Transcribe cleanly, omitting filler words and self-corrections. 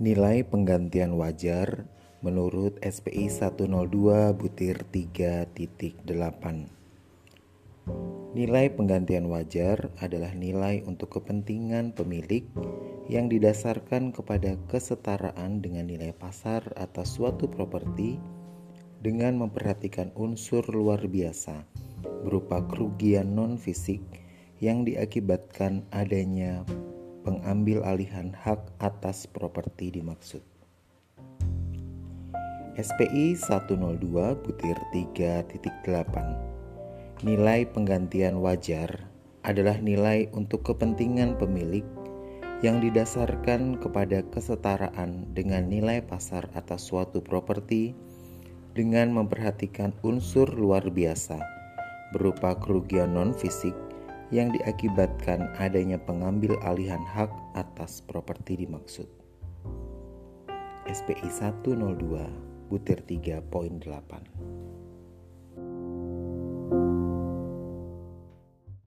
Nilai penggantian wajar menurut SPI 102 butir 3.8. Nilai penggantian wajar adalah nilai untuk kepentingan pemilik yang didasarkan kepada kesetaraan dengan nilai pasar atas suatu properti dengan memperhatikan unsur luar biasa berupa kerugian non-fisik yang diakibatkan adanya pengambil alihan hak atas properti dimaksud. SPI 102 butir 3.8. Nilai penggantian wajar adalah nilai untuk kepentingan pemilik yang didasarkan kepada kesetaraan dengan nilai pasar atas suatu properti dengan memperhatikan unsur luar biasa berupa kerugian non-fisik yang diakibatkan adanya pengambil alihan hak atas properti dimaksud. SPI 102 butir 3.8.